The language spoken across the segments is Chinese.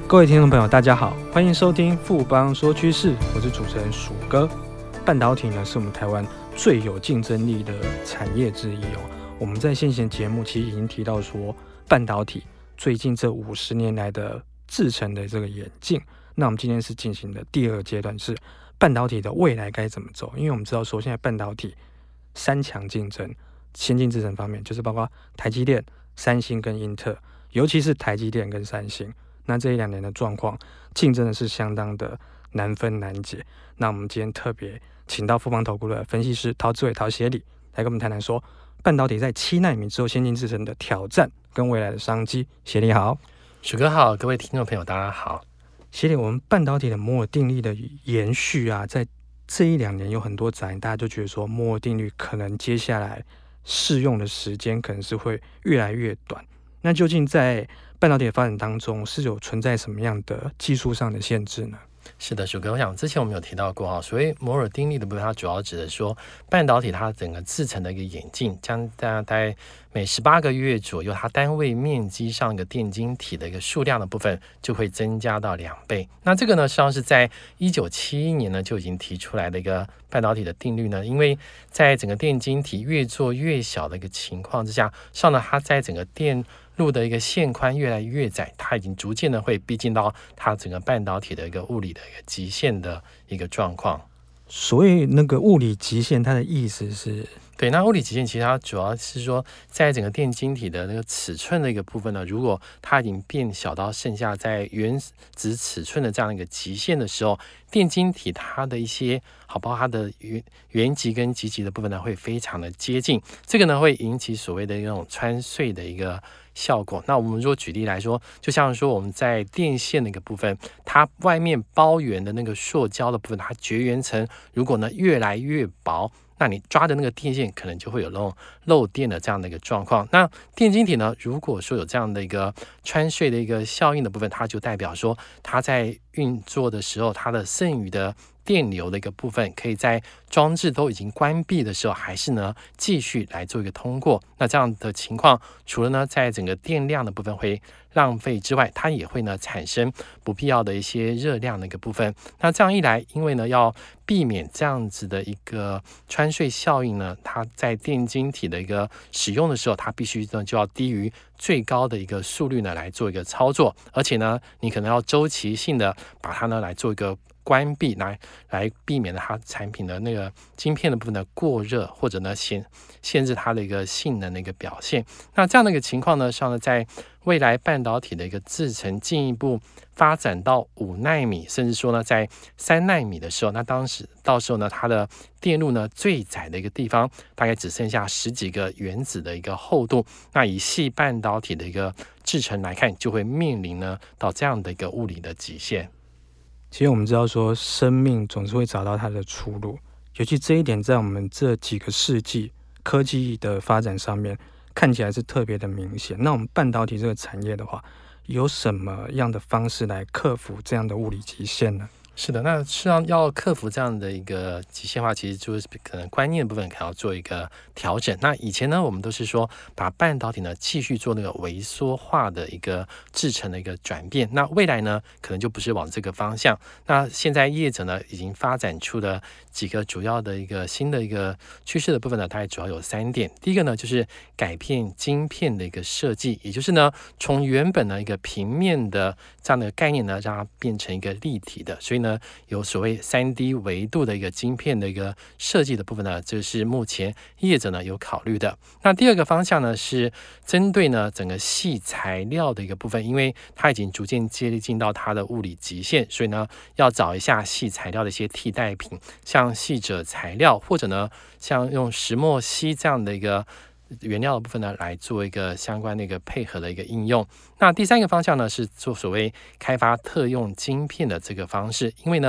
各位听众朋友大家好，欢迎收听富邦说趋势，我是主持人鼠哥。半导体呢是我们台湾最有竞争力的产业之一哦。我们在先前节目其实已经提到说，半导体最近这50年来的制程的这个演进。那我们今天是进行的第二阶段，是半导体的未来该怎么走？因为我们知道说，现在半导体三强竞争，先进制程方面就是包括台积电、三星跟英特尔，尤其是台积电跟三星。那这一两年的状况，竞争的是相当的难分难解。那我们今天特别请到富邦投顾的分析师陶志伟陶协理来跟我们谈谈说，半导体在7奈米之后先进制程的挑战跟未来的商机。协理好。 鼠哥好，各位听众朋友大家好。 协理，我们半导体的摩尔定律的延续啊，在这一两年有很多杂音，大家就觉得说摩尔定律可能接下来适用的时间可能是会越来越短。那究竟在半导体的发展当中是有存在什么样的技术上的限制呢？ 是的，鼠哥，我想之前我们有提到过所谓摩尔定律的部分，它主要指的说半导体它整个制程的一个演进，将大概每18个月左右，它单位面积上一个电晶体的一个数量的部分就会增加到2倍。那这个呢，实际上是在1971年呢就已经提出来的一个半导体的定律呢，因为在整个电晶体越做越小的一个情况之下，上呢它在整个电路的一个线宽越来越窄，它已经逐渐的会逼近到它整个半导体的一个物理的一个极限的一个状况。 所以那个物理极限，它的意思是？ 对，那物理极限其实它主要是说，在整个电晶体的那个尺寸的一个部分呢，如果它已经变小到剩下在原子尺寸的这样的一个极限的时候，电晶体它的一些包括它的原极跟极极的部分呢，会非常的接近，这个呢会引起所谓的那种穿隧的一个效果。那我们如果举例来说，就像说我们在电线的一个部分，它外面包圆的那个塑胶的部分，它绝缘层如果呢越来越薄，那你抓的那个电线可能就会有那种漏电的这样的一个状况。那电晶体呢，如果说有这样的一个穿隧的一个效应的部分，它就代表说它在运作的时候，它的剩余的电流的一个部分，可以在装置都已经关闭的时候，还是呢继续来做一个通过。那这样的情况，除了呢在整个电量的部分会浪费之外，它也会呢产生不必要的一些热量的一个部分。那这样一来，因为呢要避免这样子的一个穿隧效应呢，它在电晶体的一个使用的时候，它必须呢就要低于最高的一个速率呢来做一个操作，而且呢你可能要周期性的把它呢来做一个关闭，来避免它产品的那个晶片的部分的过热，或者呢限制它的一个性能的一个表现。那这样的一个情况呢，上呢在未来半导体的一个制程进一步发展到5奈米，甚至说呢在3奈米的时候，那到时候呢它的电路呢最窄的一个地方大概只剩下10几个原子的一个厚度，那以细半导体的一个制程来看，就会面临呢到这样的一个物理的极限。 其实我们知道说，生命总是会找到它的出路，尤其这一点在我们这几个世纪科技的发展上面看起来是特别的明显。那我们半导体这个产业的话，有什么样的方式来克服这样的物理极限呢？ 是的，那实际上要克服这样的一个极限化，其实就是可能观念的部分可能要做一个调整。那以前呢，我们都是说把半导体呢继续做那个微缩化的一个制程的一个转变。那未来呢，可能就不是往这个方向。那现在业者呢已经发展出了几个主要的一个新的一个趋势的部分呢，大概主要有3点。第一个呢，就是改变晶片的一个设计，也就是呢，从原本的一个平面的这样的概念呢，让它变成一个立体的。所以呢，有所谓3D 维度的一个晶片的一个设计的部分呢，这是目前业者呢有考虑的。那第二个方向呢，是针对呢整个细材料的一个部分，因为它已经逐渐接近到它的物理极限，所以呢要找一下细材料的一些替代品，像细锗材料，或者呢像用石墨烯这样的一个原料的部分呢，来做一个相关的一个配合的一个应用。那第3个方向呢，是做所谓开发特用晶片的这个方式，因为呢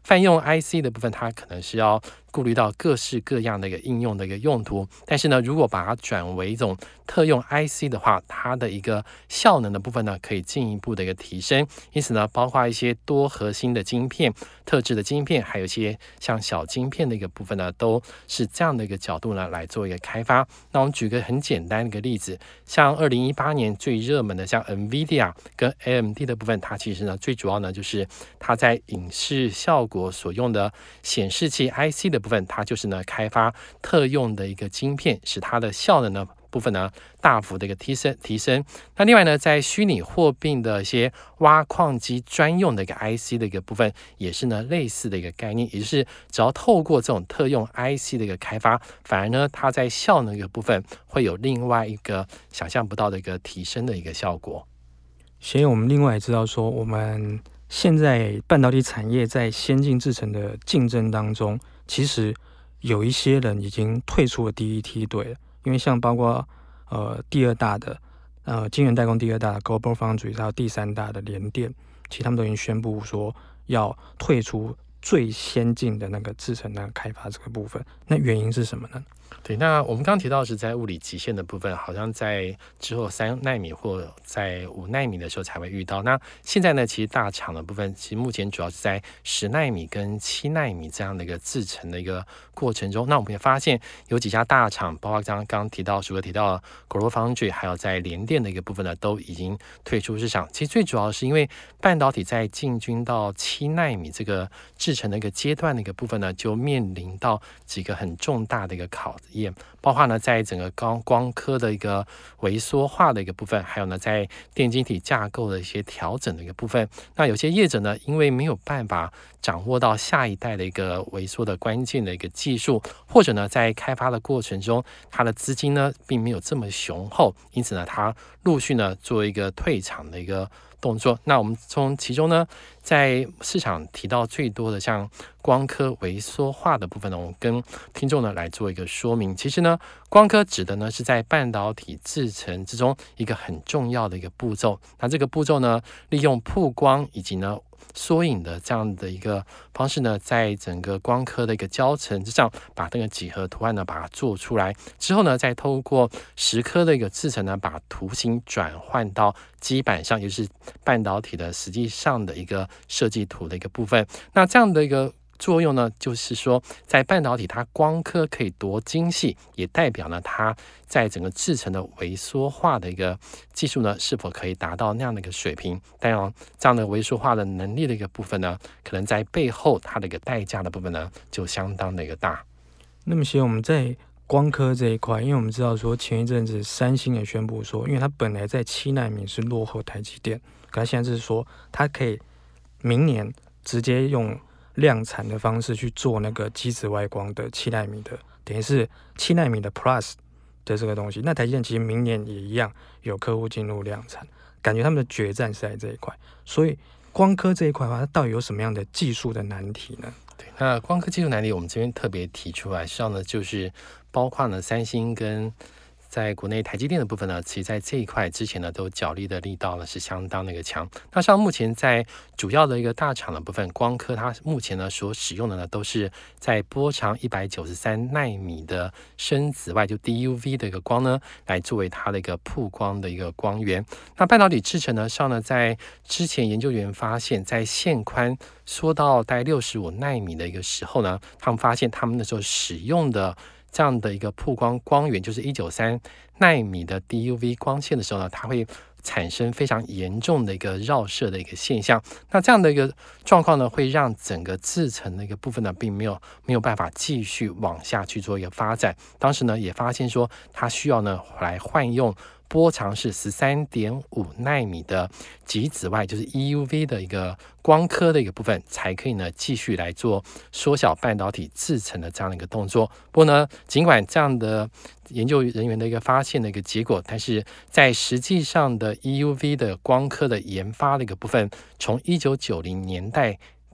泛用 IC 的部分，它可能是要顾虑到各式各样的一个应用的一个用途，但是呢，如果把它转为一种特用 IC 的话，它的一个效能的部分呢，可以进一步的一个提升。因此呢，包括一些多核心的晶片、特制的晶片，还有一些像小晶片的一个部分呢，都是这样的一个角度呢来做一个开发。那我们举个很简单的一个例子，像2018年最热门的像 NVIDIA 跟 AMD 的部分，它其实呢最主要呢就是它在影视效果所用的显示器 IC 的部分，它就是呢开发特用的一个晶片，使它的效能呢部分呢大幅的一个提升。那另外呢，在虚拟货币的一些挖矿机专用的一个 IC 的一个部分，也是呢类似的一个概念，也就是只要透过这种特用 IC 的一个开发，反而呢它在效能的一个部分会有另外一个想象不到的一个提升的一个效果。 所以我们另外也知道说，我们现在半导体产业在先进制程的竞争当中，其实有一些人已经退出了第一梯队了，因为像包括第二大的晶圆代工第二大的 Global Foundries， 还有第三大的联电，其实他们都已经宣布说要退出最先进的那个制程的开发这个部分。那原因是什么呢？ 对，那我们刚刚提到的是在物理极限的部分，好像在之后3奈米或在5奈米的时候才会遇到。那现在呢，其实大厂的部分，其实目前主要是在10奈米跟7奈米这样的一个制程的一个过程中。那我们也发现有几家大厂，包括刚刚提到鼠哥提到的 Global Foundry， 还有在联电的一个部分呢，都已经退出市场。其实最主要是因为半导体在进军到7奈米这个制程的一个阶段的一个部分呢，就面临到几个很重大的一个考验，包括呢在整个光刻的一个微缩化的一个部分，还有呢在电晶体架构的一些调整的一个部分。那有些业者呢，因为没有办法掌握到下一代的一个微缩的关键的一个技术，或者呢在开发的过程中，它的资金呢并没有这么雄厚，因此呢它陆续呢做一个退场的一个动作。那我们从其中呢，在市场提到最多的像光刻微缩化的部分呢，我们跟听众呢来做一个说明。其实呢，光刻指的呢是在半导体制程之中一个很重要的一个步骤。那这个步骤呢，利用曝光以及呢缩影的这样的一个方式呢，在整个光刻的一个胶层之上，把那个几何图案呢把它做出来之后呢，再透过蚀刻的一个制程呢，把图形转换到基板上，也就是半导体的实际上的一个设计图的一个部分。那这样的一个作用呢，就是说在半导体它光刻可以多精细，也代表呢它在整个制程的微缩化的一个技术呢，是否可以达到那样的一个水平。当然这样的微缩化的能力的一个部分呢，可能在背后它的一个代价的部分呢，就相当的一个大。 那么其实我们在光刻这一块，因为我们知道说前一阵子三星也宣布说，因为它本来在7奈米是落后台积电，可它现在是说它可以明年直接用量产的方式去做那个机子外光的7奈米的，等于是7奈米的 Plus 的这个东西。那台积电其实明年也一样有客户进入量产，感觉他们的决战是在这一块。所以光刻这一块的话，它到底有什么样的技术的难题呢？ 对，那光刻技术难题我们这边特别提出来，实际上呢就是包括呢三星跟在国内台积电的部分呢，其实在这一块之前呢，都角力的力道呢是相当的一个强。那像目前在主要的一个大厂的部分，光刻它目前呢所使用的呢，都是在波长193奈米的深紫外，就 DUV 的一个光呢，来作为它的一个曝光的一个光源。那半导体制程呢上呢，在之前研究员发现，在线宽缩到大概65奈米的一个时候呢，他们发现他们那时候使用的这样的一个曝光光源，就是193奈米的 DUV 光线的时候呢，它会产生非常严重的一个绕射的一个现象。那这样的一个状况呢，会让整个制程的一个部分呢，并没有办法继续往下去做一个发展。当时呢，也发现说，它需要呢来换用波长是13.5奈米的极紫外，就是 EUV 的一个光刻的一个部分，才可以呢继续来做缩小半导体制程的这样的一个动作。不过呢，尽管这样的研究人员的一个发现的一个结果，但是在实际上的 EUV 的光刻的研发的一个部分，从1990年代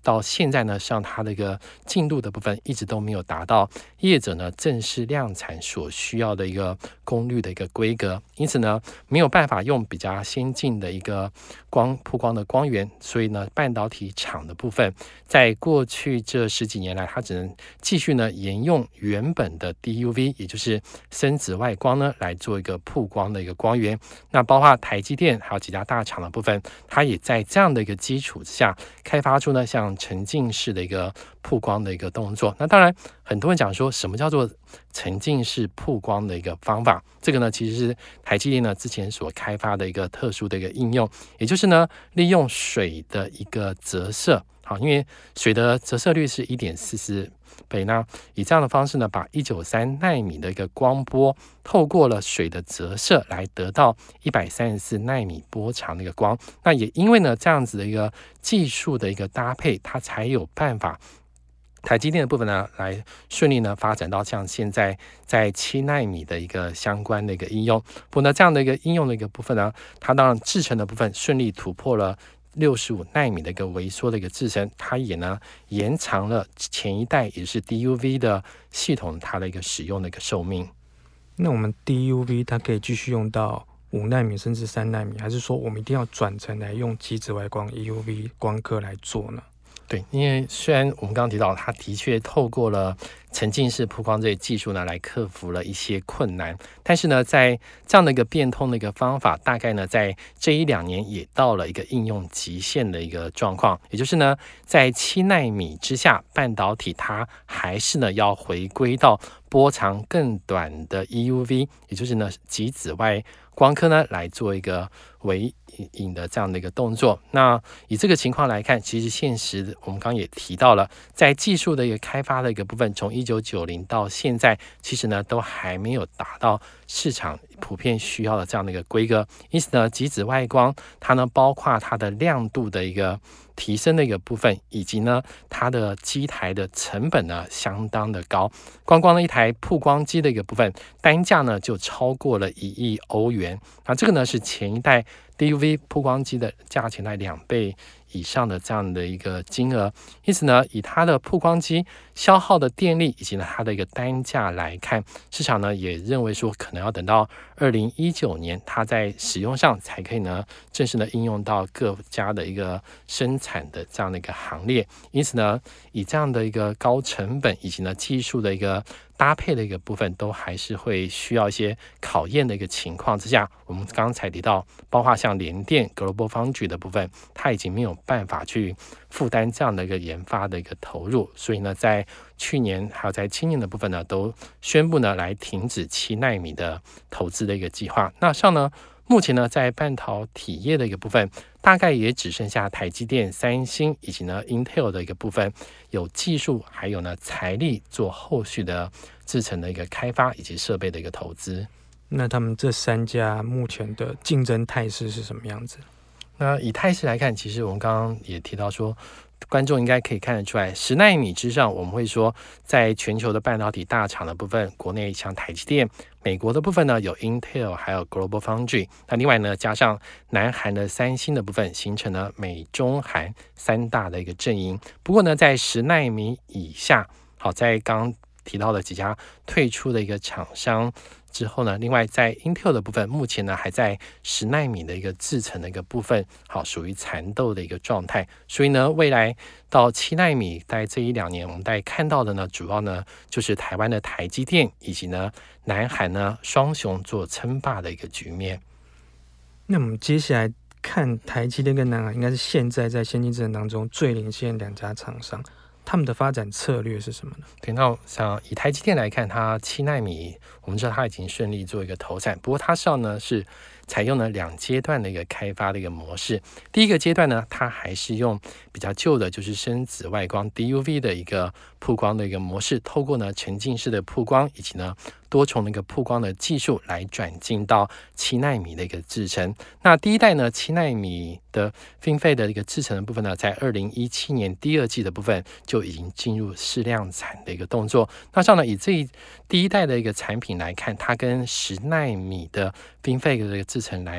到现在呢，像它的一个进度的部分一直都没有达到业者呢正式量产所需要的一个功率的一个规格，因此呢没有办法用比较先进的一个曝光的光源，所以呢半导体厂的部分在过去这10几年来，它只能继续呢沿用原本的 DUV， 也就是深紫外光呢来做一个曝光的一个光源。那包括台积电还有几家大厂的部分，它也在这样的一个基础之下开发出呢像沉浸式的一个曝光的一个动作。那当然很多人讲说什么叫做沉浸式曝光的一个方法，这个呢其实是台积电呢之前所开发的一个特殊的一个应用，也就是呢利用水的一个折射。好，因为水的折射率是 1.44 倍，那以这样的方式呢，把193奈米的一个光波透过了水的折射来得到134奈米波长的一个光。那也因为呢这样子的一个技术的一个搭配，它才有办法台积电的部分呢，来顺利呢发展到像现在在7奈米的一个相关的一个应用。不过呢，这样的一个应用的一个部分呢，它当然制程的部分顺利突破了65奈米的一个微缩的一个制程，它也呢延长了前一代也是 DUV 的系统它的一个使用的一个寿命。 那我们 DUV 它可以继续用到5奈米甚至3奈米，还是说我们一定要转成来用极紫外光 EUV 光刻来做呢？ 对，因为虽然我们刚刚提到，它的确透过了沉浸式曝光这些技术呢，来克服了一些困难，但是呢，在这样的一个变通的一个方法，大概呢，在这1-2年也到了一个应用极限的一个状况，也就是呢，在7奈米之下，半导体它还是呢要回归到波长更短的 EUV， 也就是呢极紫外光刻呢来做一个微影的这样的一个动作。那以这个情况来看，其实现实我们刚刚也提到了，在技术的一个开发的一个部分，从1990到现在，其实呢都还没有达到市场普遍需要的这样的一个规格。因此呢，极紫外光它呢包括它的亮度的一个提升的一个部分，以及呢它的机台的成本呢相当的高，光的一台曝光机的一个部分，单价呢就超过了1亿欧元。那这个呢是前一代 DUV 曝光机的价钱在2倍以上的这样的一个金额。因此呢，以它的曝光机消耗的电力以及呢它的一个单价来看，市场呢也认为说可能要等到2019年它在使用上才可以呢正式的应用到各家的一个生产的这样的一个行列。因此呢，以这样的一个高成本以及呢技术的一个搭配的一个部分，都还是会需要一些考验的一个情况之下，我们刚才提到包括像联电 Global Foundry 的部分，它已经没有办法去负担这样的一个研发的一个投入，所以呢在去年还有在今年的部分呢，都宣布呢来停止7奈米的投资的一个计划。那像呢目前呢在半导体业的一个部分，大概也只剩下台积电、三星以及呢 Intel 的一个部分有技术还有呢财力做后续的制程的一个开发以及设备的一个投资。 那他们这3家目前的竞争态势是什么样子？ 那以态势来看，其实我们刚刚也提到说，观众应该可以看得出来，10奈米之上，我们会说在全球的半导体大厂的部分，国内像台积电，美国的部分呢有 Intel 还有 Global Foundry， 那另外呢加上南韩的三星的部分，形成了美中韩3大的一个阵营。不过呢在10奈米以下，好，在刚刚提到的几家退出的一个厂商之后呢，另外在 Intel 的部分，目前呢还在10奈米的一个制程的一个部分，好，属于缠斗的一个状态。所以呢，未来到7奈米，在这1-2年，我们大概看到的呢，主要呢就是台湾的台积电以及呢南韩呢双雄做称霸的一个局面。 那我们接下来看台积电跟南韩，应该是现在在先进制程当中最领先2家厂商。他们的发展策略是什么呢？ 对，那像以台积电来看，它7奈米，我们知道它已经顺利做一个投产，不过它上呢是采用了2阶段的一个开发的一个模式。第一个阶段呢，它还是用比较旧的，就是深紫外光 DUV 的一个曝光的一个模式，透过呢沉浸式的曝光以及呢多重的一个曝光的技术来转进到7奈米的一个制程。那第一代呢7奈米的 FinFET 的一个制程的部分呢，在2017年第2季的部分就已经进入试量产的一个动作。那像呢以第一代的一个产品来看，它跟10奈米的 FinFET 的一个制程来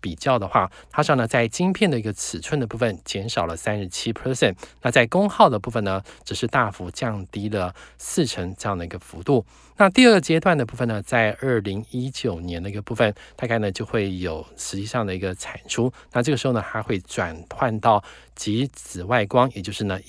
比较的话，它上呢在晶片的一个尺寸的部分减少了 37%， 那在功耗的部分呢只是大幅降低了40%这样的一个幅度。那第二个阶段的部分呢，在2019年的一个部分，大概呢就会有实际上的一个产出。那这个时候呢，它会转换到极紫外光，也就是呢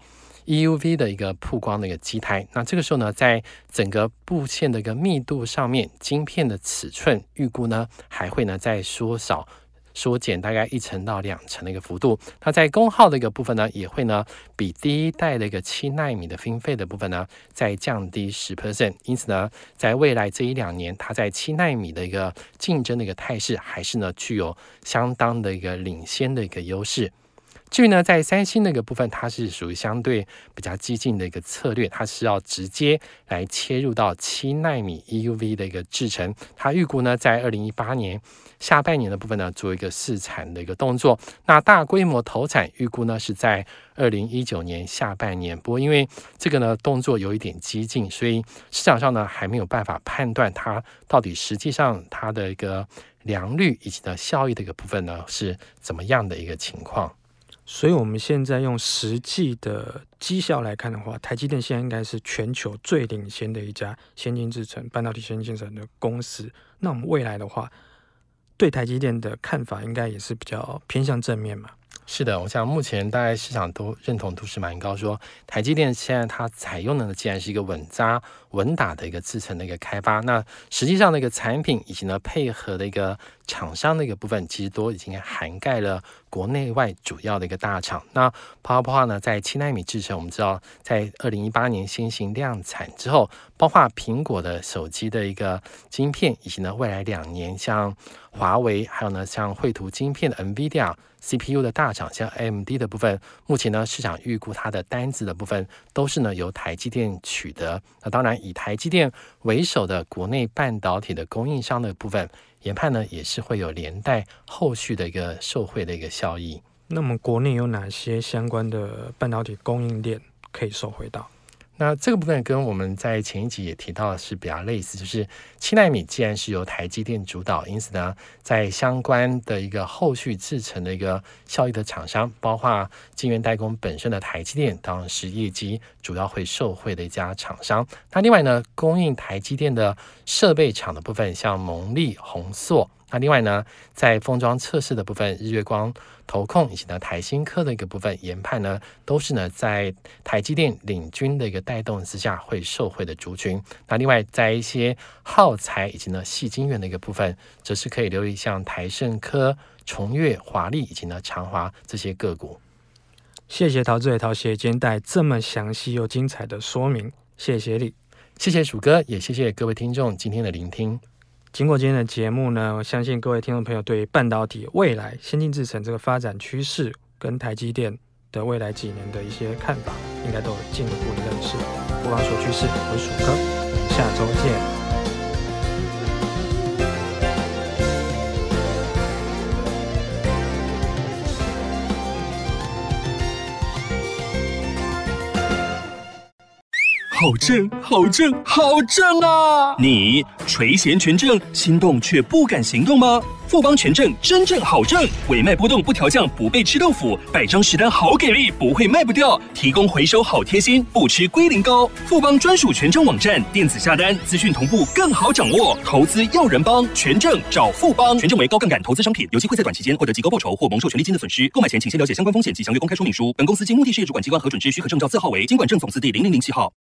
EUV 的一个曝光的一个基台。那这个时候呢，在整个布线的一个密度上面，晶片的尺寸预估呢还会呢再缩减大概1成到2成的一个幅度。那在功耗的一个部分呢，也会呢比第一代的一个7奈米的FinFET的部分呢再降低 10%。因此呢，在未来这1-2年，它在7奈米的一个竞争的一个态势，还是呢具有相当的一个领先的一个优势。至于呢，在三星那个部分，它是属于相对比较激进的一个策略，它是要直接来切入到7奈米 EUV 的一个制程。它预估呢，在2018年下半年的部分呢，做一个试产的一个动作。那大规模投产预估呢是在2019年下半年。不过因为这个呢动作有一点激进，所以市场上呢还没有办法判断它到底实际上它的一个良率以及呢效益的一个部分呢是怎么样的一个情况。 所以我们现在用实际的绩效来看的话，台积电现在应该是全球最领先的一家先进制程半导体先进制程的公司。那我们未来的话，对台积电的看法应该也是比较偏向正面嘛？ 是的，我想目前大概市场都认同度是蛮高，说台积电现在它采用的既然是一个稳扎稳打的一个制程的一个开发，那实际上的一个产品以及呢配合的一个厂商的一个部分，其实都已经涵盖了国内外主要的一个大厂。那包括呢在7奈米制程，我们知道在2018年先行量产之后，包括苹果的手机的一个晶片，以及呢未来2年像华为还有呢像绘图晶片的 NVIDIA CPU 的大厂，像 AMD 的部分，目前呢市场预估它的单子的部分都是呢由台积电取得。那当然以台积电为首的国内半导体的供应商的部分，研判呢也是会有连带后续的一个受惠的一个效益。 那么国内有哪些相关的半导体供应链可以受惠到？ 那这个部分跟我们在前一集也提到的是比较类似，就是7奈米既然是由台积电主导，因此呢，在相关的一个后续制程的一个效益的厂商，包括晶圆代工本身的台积电，当然是业绩主要会受惠的一家厂商。那另外呢，供应台积电的设备厂的部分，像蒙利、宏硕。那另外呢，在封装测试的部分，日月光、投控以及呢台新科的一个部分研判呢，都是呢在台积电领军的一个带动之下会受惠的族群。那另外在一些耗材以及呢矽晶圆的一个部分，则是可以留意像台胜科、崇越、华丽以及呢长华这些个股。 谢谢陶志伟陶姐今天带这么详细又精彩的说明，谢谢你， 谢谢鼠哥，也谢谢各位听众今天的聆听。 经过今天的节目呢，我相信各位听众朋友对半导体未来先进制程这个发展趋势跟台积电的未来几年的一些看法，应该都有进一步的认识。富邦说趋势，我是鼠哥，我们下周见。 好正，好正，好正啊！你垂涎全正，心动却不敢行动吗？富邦全正真正好正，尾脉波动不调降，不被吃豆腐，百张实单好给力，不会卖不掉，提供回收好贴心，不吃归零高。富邦专属全正网站，电子下单资讯同步更好掌握，投资要人帮，全正找富邦。全正为高杠杆投资商品，有机会在短期间获得极高报酬或蒙受权利金的损失。购买前请先了解相关风险及详阅公开说明书。本公司经目的事业主管机关核准之许可证照字号为金管证总字第0007号。